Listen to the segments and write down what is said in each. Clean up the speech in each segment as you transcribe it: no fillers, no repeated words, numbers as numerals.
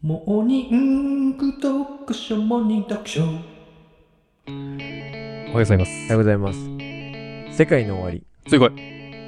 モーニング読書モーニング読書。おはようございます。 おはようございます。世界の終わり。 正解。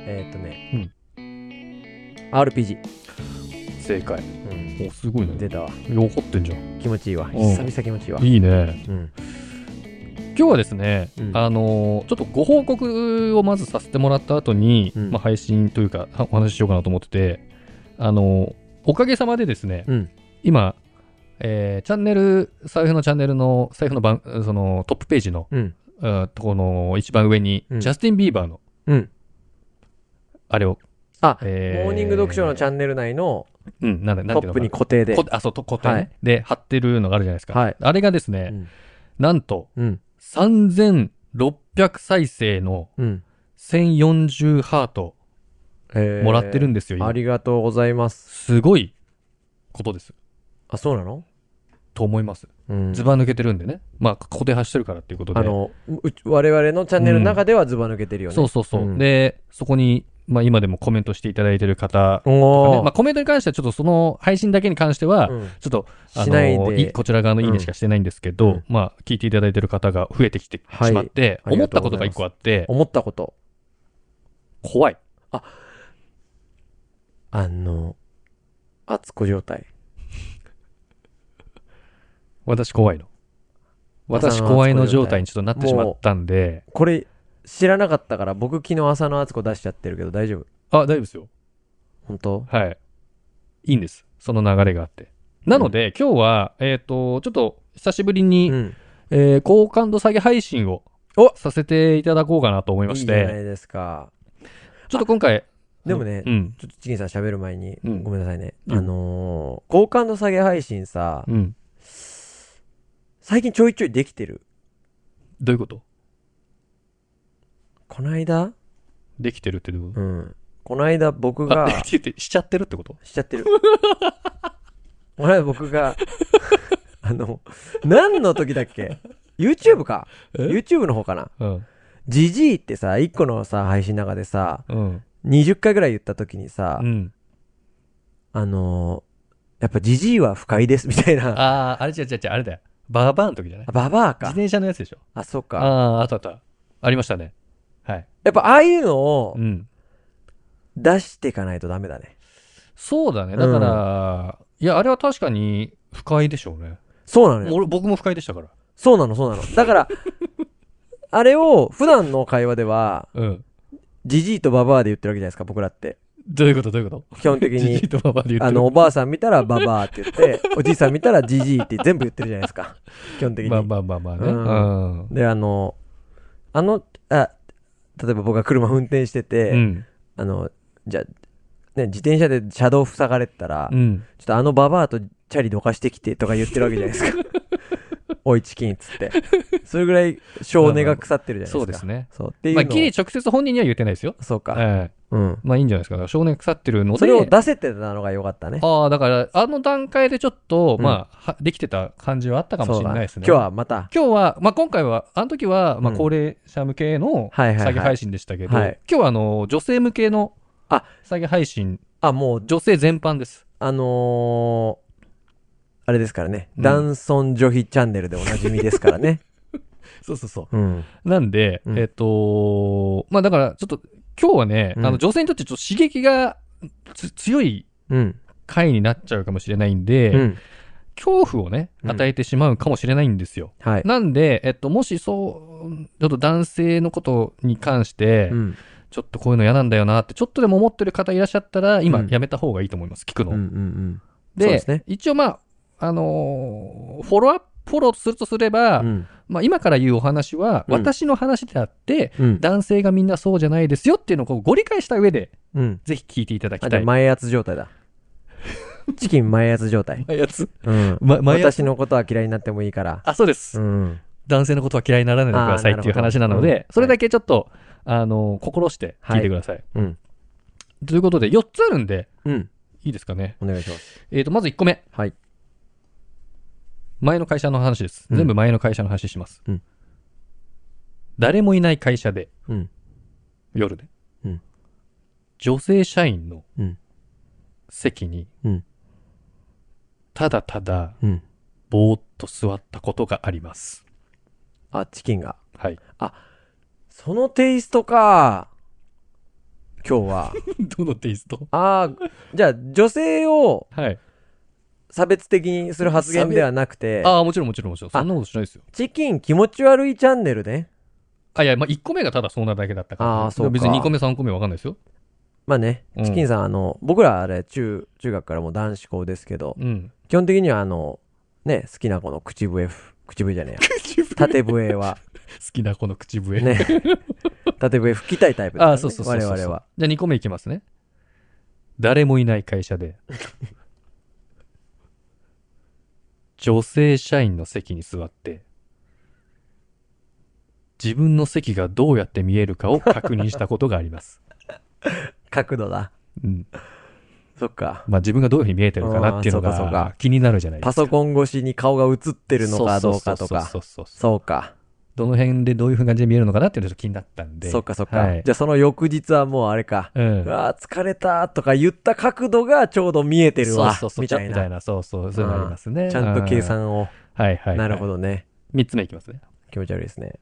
RPG。 正解。 うん。 お、すごいね。 出たわ。 よかってんじゃん。 気持ちいいわ。 うん久々気持ちいいわ。 いいね。 うん。 今日はですね、 うんちょっとご報告をまずさせてもらった後に、 うんまあ、配信というかお話ししようかなと思ってて、おかげさまでですね、 うん。 今、チャンネル、財布のチャンネルの、財布のそのトップページの、 うん。 とこの一番上に、 うんジャスティン・ビーバーの、 うん。 あれを、 あ、 モモーニング読書のチャンネル内のなんトップに固定で。 そう、固定ね、 はいで貼ってるのがあるじゃないですか。 はいあれがですね、 うん。 なんと、 うん。 3600再生のうん。 1040ハートもらってるんですよ、今ありがとうございます。 すごいことです。 あ、そうなの？ と思います。 うん。 ズバ抜けてるんでね。まあ、固定発してるからっていうことで。 我々のチャンネルの中ではズバ抜けてるよね。 そうそうそう。 ん、 で、そこに、まあ今でもコメントしていただいてる方とかね。 おー。 まあコメントに関してはちょっとその配信だけに関しては、 うんちょっと、 しないでこちら側のいいねしかしてないんですけど、 うんまあ聞いていただいてる方が増えてきてはいしまって、 あり思がとうございますったことが一個あって、 思ったこと。 怖い。 あつこ状態。 私怖いの。私怖いの状態にちょっとなってしまったんで、 これ、知らなかったから僕昨日浅野敦子出しちゃってるけど大丈夫？ あ、大丈夫ですよ。 本当？ はい。いいんです。その流れがあって。なので、今日は、ちょっと久しぶりに、 うん。 好感度下げ配信をおさせていただこうかなと思いまいいして、 じゃないですか。 ちょっと今回、 でもね、 うん。 ちょっとチキンさん喋る前に、 うんごめんなさいね。 うん好感度下げ配信さ、 うん。 最近ちょいちょいできてる。 どういうこと？ こないだできてるってどういうこうん。こないだ僕と？ が、 できててしちゃってるってこと？ しちゃってる。こないだ僕が、何の時だっけ？ YouTube か。 え YouTube の方かな。 うん。 ジジイってさ、1個のさ、配信の中でさ、 うん。 20回ぐらい言った時にさう、ん。 やっぱジジイは不快ですみたいな。 あれ違う、あれだよ。バーバーの時じゃない？ あ、ババアか。 自転車のやつでしょ？ あ、そうか。 あったあった。ありましたね。はい。 やっぱああいうのをうん。 出していかないとダメだね。 そうだね。だから、いや、あれは確かに不快でしょうね。 そうなのよ。 僕も不快でしたから。 そうなの。だから、あれを普段の会話では、 うん。 ジジイとババアで言ってるわけじゃないですか、僕らって。 どういうこと？ 基本的ジジイに。 とババアで言ってる。 おばあさん見たらババアって言って、おじいさん見たらジジイって全部言ってるじゃないですか。基本的に。 まあね。 うんで、例えば僕が車運転してて、 うん。 じゃあ、ね、自転車で車道塞がれてたら、 うん。 ちょっとババアとチャリどかしてきてとか言ってるわけじゃないですか。おいチキンっつって。それぐらい性根が腐ってるじゃないですか。 そうですね。 そう。っていうまあ、 のをギリ直接本人には言ってないですよ。 そうか。 ええ。 うん。 まあいいんじゃないですか。だから少年腐ってるので。 それを出せてたのが良かったね。 ああ、だから、あの段階でちょっと、 うんまあ、できてた感じはあったかもしれないですね。 そうだ今日はまた。 今日は、まあ今回は、あの時は、まあうん高齢者向けのはいはいはい詐欺配信でしたけど、 はい今日は女性向けのあ詐欺配信、 もう、 女性全般です。 あれですからね。 うん男尊女卑チャンネルでおなじみですからね。 そうそうそう。 うん。 なんで、 うんまあだから、ちょっと、今日はね、 うん女性にとってちょっと刺激が強いうん。 回になっちゃうかもしれないんで、 うん。 恐怖をね、 うん与えてしまうかもしれないんですよ。 はい。 なんで、もしそう、ちょっと男性のことに関して、 うん。 ちょっとこういうの嫌なんだよなって、ちょっとでも思ってる方いらっしゃったら、今うんやめた方がいいと思います。聞くの。 うん。うん。 で、 そうですね。 一応まあ、フォローするとすれば、 うん。 まあ今から言うお話は、 うん私の話であって、 うん。 男性がみんなそうじゃないですよっていうのをこうご理解した上で、 うん。 ぜひ聞いていただきじたい。 ゃあ前圧状態だ。チキン前圧状態。 やつ。 うん。 前圧私のことは嫌いになってもいいから。 あ、そうです。 うん。 男性のことは嫌いにならないでくださいっていう話なので、 あーなるほどそれだけちょっと、心して聞いてください。 うん。 ということで、4つあるんで、 うん。 いいですかね。 お願いします。 まず1個目。 はい。 前の会社の話です。 うん全部前の会社の話します。 うん誰もいない会社で、 うん。 夜で、 うん女性社員のうん。 席に、 うん。 ただただ、 うん。 ぼーっと座ったことがあります。 あ、チキンが。 はい。 そのテイストか。今日は。 どのテイスト？ じゃあ、女性をはい。 差別的にする発言ではなくて、 もちろんもちろんもちろん。そんなことしないですよ。 チキン気持ち悪いチャンネルね。 いや、1個目がただそうなだけだったから、 そうか。 別に2個目、3個目わかんないですよ。 まあね、 うんチキンさん、僕らあれ、中学からもう男子校ですけど、 うん。 基本的にはね、好きな子の口笛じゃねえや。縦笛は、 好きな子の口笛。 ね、縦笛吹きたいタイプですからね。 そうそう。 我々は。 じゃあ2個目いきますね。誰もいない会社で、女性社員の席に座って、自分の席がどうやって見えるかを確認したことがあります。 角度だ。 うん。 そっか。 まあ自分がどういうふうに見えてるかなっていうのそうかが気になるじゃないですか。 パソコン越しに顔が映ってるのかどうかとか。 そう。 そうか。 どの辺でどういうふうな感じで見えるのかなっていうのがちょっと気になったんで。 そっか。 はい、 じゃあその翌日はもうあれか。 うん。 疲れたとか言った角度がちょうど見えてるわ。みたいな。 そういうのありますね。 ちゃんと計算を。 はい。 なるほどね。 3つ目いきますね。 気持ち悪いですね。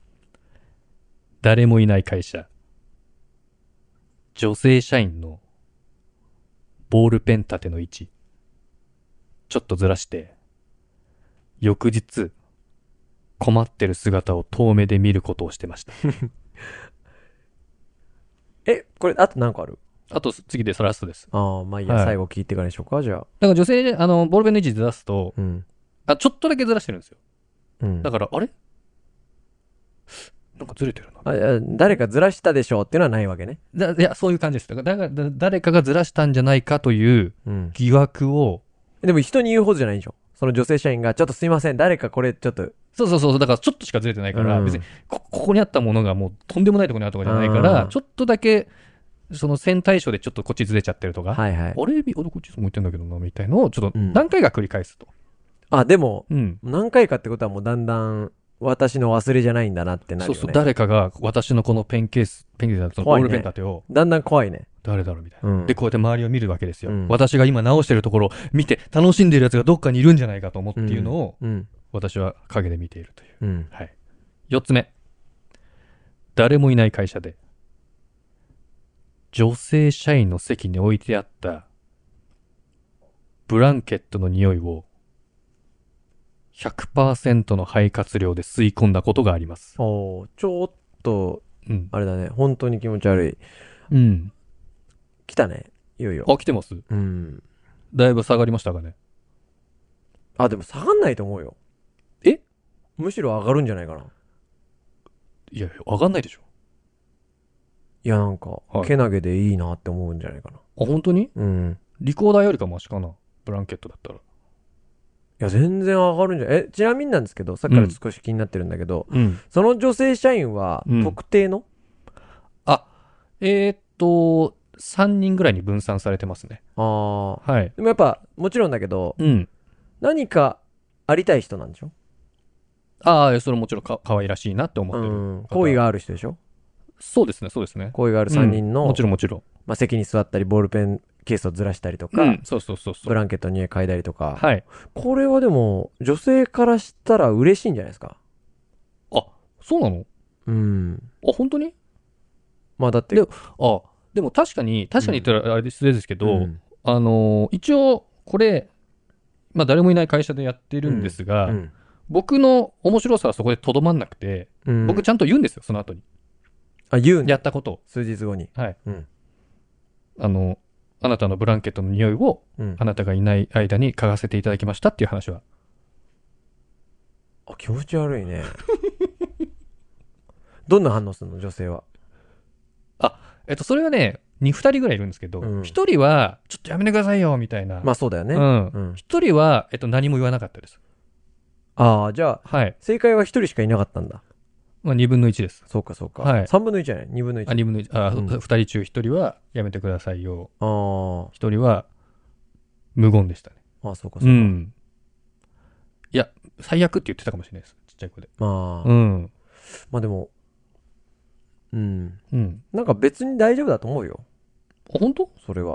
誰もいない会社。女性社員のボールペン立ての位置。ちょっとずらして、翌日、困ってる姿を遠目で見ることをしてました。 これ、あと何個ある？ あと、次でラストです。 まあいいや、最後聞いてからにしようか、じゃあ。 だから女性で、ボールペンの位置ずらすと、 うん。 ちょっとだけずらしてるんですよ。 うん。 だから、あれなんかずれてるな。 誰かずらしたでしょうっていうのはないわけね。 いや、そういう感じです。だから誰かがずらしたんじゃないかという疑惑を。 でも人に言うほどじゃないんでしょ。その女性社員が、ちょっとすいません、誰かこれちょっと。 そう。だからちょっとしかずれてないから、別にここにあったものがもうとんでもないところにあるとかじゃないから、ちょっとだけ、その線対称でちょっとこっちずれちゃってるとか。 はいはい。 あれこっち向いてんだけどな、みたいのをちょっと何回か繰り返すと。 でも、何回かってことはもうだんだん、私の忘れじゃないんだなってなるよね。 そう、誰かが私のこのペンケースだとボールペン立てを、 だんだん怖いね。 誰だろうみたいな、で、こうやって周りを見るわけですよ。私が今直してるところを見て楽しんでるやつがどっかにいるんじゃないかと思っていうのを、私は陰で見ているという。はい。4つ目。誰もいない会社で、女性社員の席に置いてあったブランケットの匂いを100% の肺活量で吸い込んだことがあります。 ちょっと、あれだね。本当に気持ち悪い。来たね。いよいよ。 来てます？だいぶ下がりましたかね。 でも下がんないと思うよ。むしろ上がるんじゃないかな。 いや、上がんないでしょ。 いや、なんか、けなげでいいなって思うんじゃないかな。 本当に？リコーダーよりかマシかな。ブランケットだったら。いや、全然上がるんじゃない？ちなみになんですけど、さっきから少し気になってるんだけど、その女性社員は、特定の 3人ぐらいに分散されてますね。はい。 でもやっぱ、もちろんだけど、何かありたい人なんでしょ？ それもちろん可愛らしいなって思ってる。 好意がある人でしょ？ そうですね。 好意がある3人の、 もちろん。 まあ、席に座ったり、ボールペンケースをずらしたりとか、 そう。 ブランケットの匂い嗅いだりとか、 はい。 これはでも、女性からしたら嬉しいんじゃないですか？ そうなの？本当に？ まあだって。 でも確かに言ったらあれで失礼ですけど、一応、これ、まあ誰もいない会社でやってるんですが、僕の面白さはそこでとどまんなくて、僕ちゃんと言うんですよ、その後に。 言うんだ。 やったことを。 数日後に。 はい。あなたのブランケットの匂いを、あなたがいない間に嗅がせていただきましたっていう話は。 気持ち悪いね。どんな反応するの、女性は。 それはね、2人ぐらいいるんですけど、1人は、ちょっとやめてくださいよ、みたいな。 まあそうだよね。 1人は、何も言わなかったです。 じゃあ、正解は1人しかいなかったんだ。 まあ2分の1です。 そうか。3分の1じゃない？ 2 分の1。 2分の1。2人中1人は、やめてくださいよ。1人は、無言でしたね。 そうか。 いや、最悪って言ってたかもしれないです。ちっちゃい子で。 まあでも、なんか別に大丈夫だと思うよ。 本当？ それは。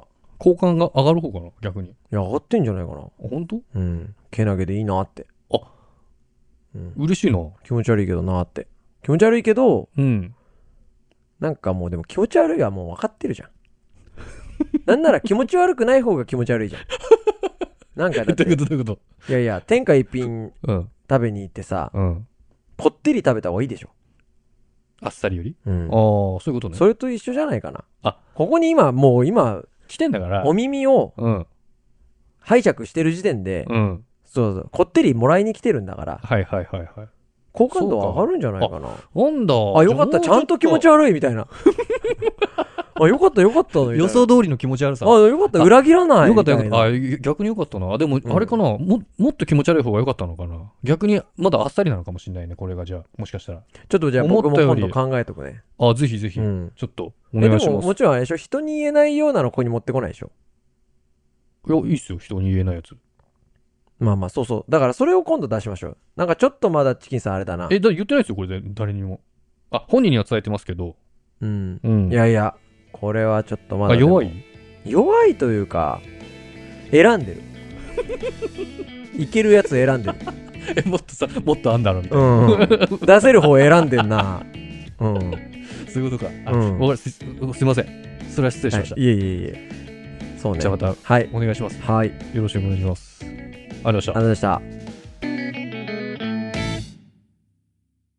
好感が上がる方かな逆に。 いや、上がってんじゃないかな。 本当？ うん。けなげでいいなって。 あ、 うん。 嬉しいな。 気持ち悪いけどなって。気持ち悪いけど、 うん。 なんかもうでも気持ち悪いはもう分かってるじゃん。なんなら気持ち悪くない方が気持ち悪いじゃん。なんかだっどういうこて、 とどういうこいやいや、天下一品と？ 食べに行ってさ、 うん。うん。 こってり食べた方がいいでしょ。 あっさりより？ うん。 ああ、そういうことね。 それと一緒じゃないかな。 あ、 ここに今、 来てんだから。 お耳をうん。 拝借してる時点で、 うん。 そうそう、こってりもらいに来てるんだから、 はいはいはいはい。 好感度は上がるんじゃないかな。 なんだ。 あ、よかった、ちゃんと気持ち悪いみたいな。あ、よかった、よかった。みたいな予想通りの気持ち悪さ。 あ、よかった、裏切らない。 よかったよかった。 みたいなあ、逆によかったな。でも、 うんあれかな、もっと気持ち悪い方がよかったのかな。逆に、まだあっさりなのかもしれないね、これがじゃあ。もしかしたら。 ちょっとじゃあ僕も思ったより今度考えとくね。 あ、ぜひぜひ。 うん。 ちょっと、お願いしでも、 ます。 もちろんあれでしょ、人に言えないようなのここに持ってこないでしょ。 いや、いいっすよ、人に言えないやつ。 まあまあ、そうそう。だからそれを今度出しましょう。なんかちょっとまだチキンさんあれだな。 言ってないですよ、これで、誰にも。あ、本人には伝えてますけど。 うん。 うん。 いやいや、これはちょっとまだあ、 でも。 弱い？ 弱いというか、選んでる。いけるやつ選んでる。 もっとさ、もっとあんだろ、みたいな。 うん。出せる方選んでんな。うん。 そういうことか。あ、 うんわかるすいません。それは失礼しました。 はい、いえいえいえ。そうね。 じゃあまた、 はい。 お願いします。 はい。 よろしくお願いします。ありがとうございました。 ありがとうございました。